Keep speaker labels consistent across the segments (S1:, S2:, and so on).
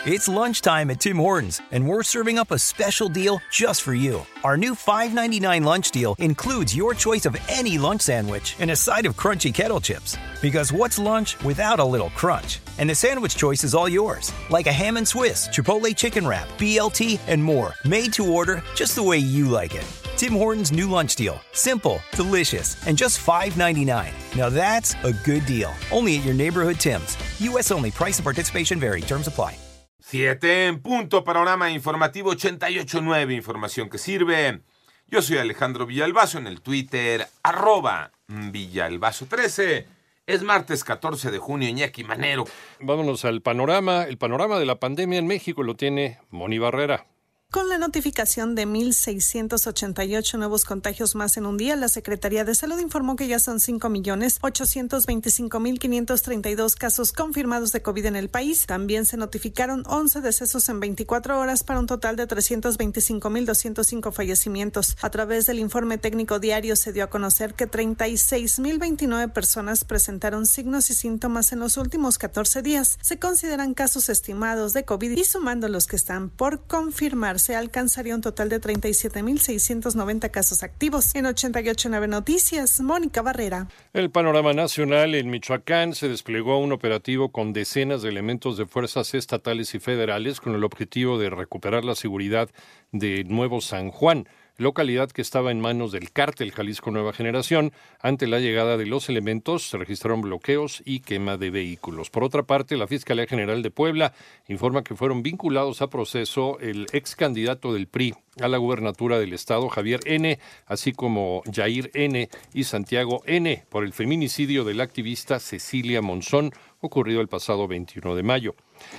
S1: It's lunchtime at Tim Hortons, and we're serving up a special deal just for you. Our new $5.99 lunch deal includes your choice of any lunch sandwich and a side of crunchy kettle chips. Because what's lunch without a little crunch? And the sandwich choice is all yours, like a ham and Swiss, Chipotle chicken wrap, BLT, and more, made to order just the way you like it. Tim Hortons' new lunch deal. Simple, delicious, and just $5.99. Now that's a good deal. Only at your neighborhood Tim's. U.S. only. Price and participation vary. Terms apply.
S2: 7 en punto, panorama informativo 88.9, información que sirve. Yo soy Alejandro Villalbazo en el Twitter, @Villalbazo13. Es martes 14 de junio, Iñaki Manero.
S3: Vámonos al panorama. El panorama de la pandemia en México lo tiene Moni Barrera.
S4: Con la notificación de 1,688 nuevos contagios más en un día, la Secretaría de Salud informó que ya son 5,825,532 casos confirmados de COVID en el país. También se notificaron 11 decesos en 24 horas para un total de 325,205 fallecimientos. A través del informe técnico diario se dio a conocer que 36,029 personas presentaron signos y síntomas en los últimos 14 días. Se consideran casos estimados de COVID y sumando los que están por confirmarse, alcanzaría un total de 37,690 casos activos. En 88.9 Noticias, Mónica Barrera.
S3: El panorama nacional: en Michoacán se desplegó un operativo con decenas de elementos de fuerzas estatales y federales con el objetivo de recuperar la seguridad de Nuevo San Juan, localidad que estaba en manos del cártel Jalisco Nueva Generación. Ante la llegada de los elementos, se registraron bloqueos y quema de vehículos. Por otra parte, la Fiscalía General de Puebla informa que fueron vinculados a proceso el ex candidato del PRI a la gubernatura del estado, Javier N., así como Jair N. y Santiago N., por el feminicidio de la activista Cecilia Monzón, ocurrido el pasado 21 de mayo.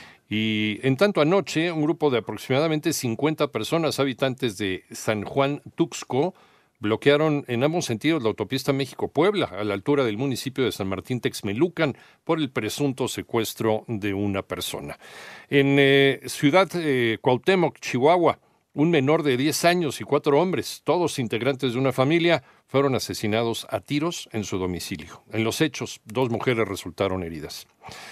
S3: Y en tanto, anoche, un grupo de aproximadamente 50 personas, habitantes de San Juan Tuxco, bloquearon en ambos sentidos la autopista México-Puebla, a la altura del municipio de San Martín Texmelucan, por el presunto secuestro de una persona. En Ciudad Cuauhtémoc, Chihuahua, un menor de 10 años y 4 hombres, todos integrantes de una familia, fueron asesinados a tiros en su domicilio. En los hechos, 2 mujeres resultaron heridas.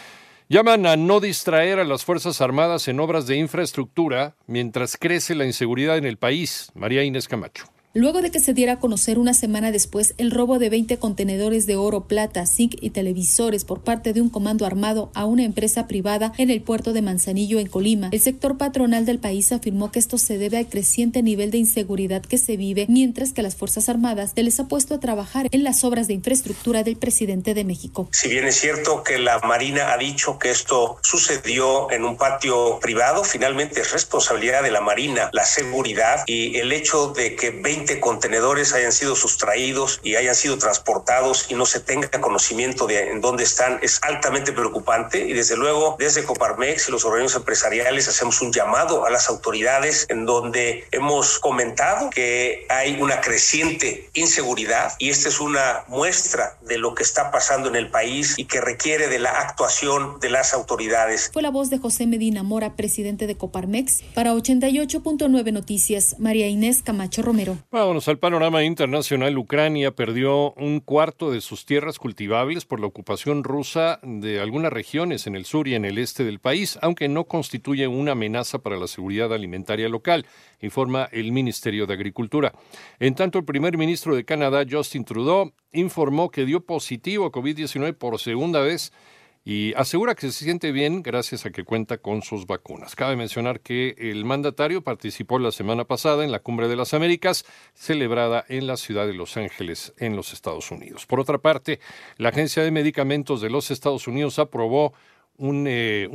S3: Llaman a no distraer a las Fuerzas Armadas en obras de infraestructura mientras crece la inseguridad en el país. María Inés Camacho.
S5: Luego de que se diera a conocer una semana después el robo de 20 contenedores de oro, plata, zinc y televisores por parte de un comando armado a una empresa privada en el puerto de Manzanillo, en Colima, el sector patronal del país afirmó que esto se debe al creciente nivel de inseguridad que se vive, mientras que las Fuerzas Armadas se les ha puesto a trabajar en las obras de infraestructura del presidente de México.
S6: Si bien es cierto que la Marina ha dicho que esto sucedió en un patio privado, finalmente es responsabilidad de la Marina la seguridad, y el hecho de que 20 contenedores hayan sido sustraídos y hayan sido transportados y no se tenga conocimiento de en dónde están es altamente preocupante. Y desde luego, desde Coparmex y los organismos empresariales hacemos un llamado a las autoridades en donde hemos comentado que hay una creciente inseguridad, y esta es una muestra de lo que está pasando en el país y que requiere de la actuación de las autoridades.
S5: Fue la voz de José Medina Mora, presidente de Coparmex. Para 88.9 Noticias, María Inés Camacho Romero.
S3: Vámonos al panorama internacional. Ucrania perdió un cuarto de sus tierras cultivables por la ocupación rusa de algunas regiones en el sur y en el este del país, aunque no constituye una amenaza para la seguridad alimentaria local, informa el Ministerio de Agricultura. En tanto, el primer ministro de Canadá, Justin Trudeau, informó que dio positivo a COVID-19 por segunda vez y asegura que se siente bien gracias a que cuenta con sus vacunas. Cabe mencionar que el mandatario participó la semana pasada en la Cumbre de las Américas, celebrada en la ciudad de Los Ángeles, en los Estados Unidos. Por otra parte, la Agencia de Medicamentos de los Estados Unidos aprobó un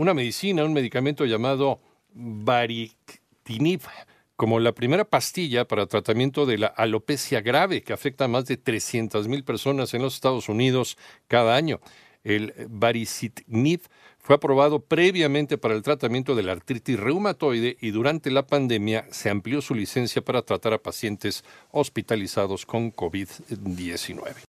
S3: medicamento llamado Baricitinib, como la primera pastilla para tratamiento de la alopecia grave, que afecta a más de 300,000 personas en los Estados Unidos cada año. El Baricitinib fue aprobado previamente para el tratamiento de la artritis reumatoide y durante la pandemia se amplió su licencia para tratar a pacientes hospitalizados con COVID-19.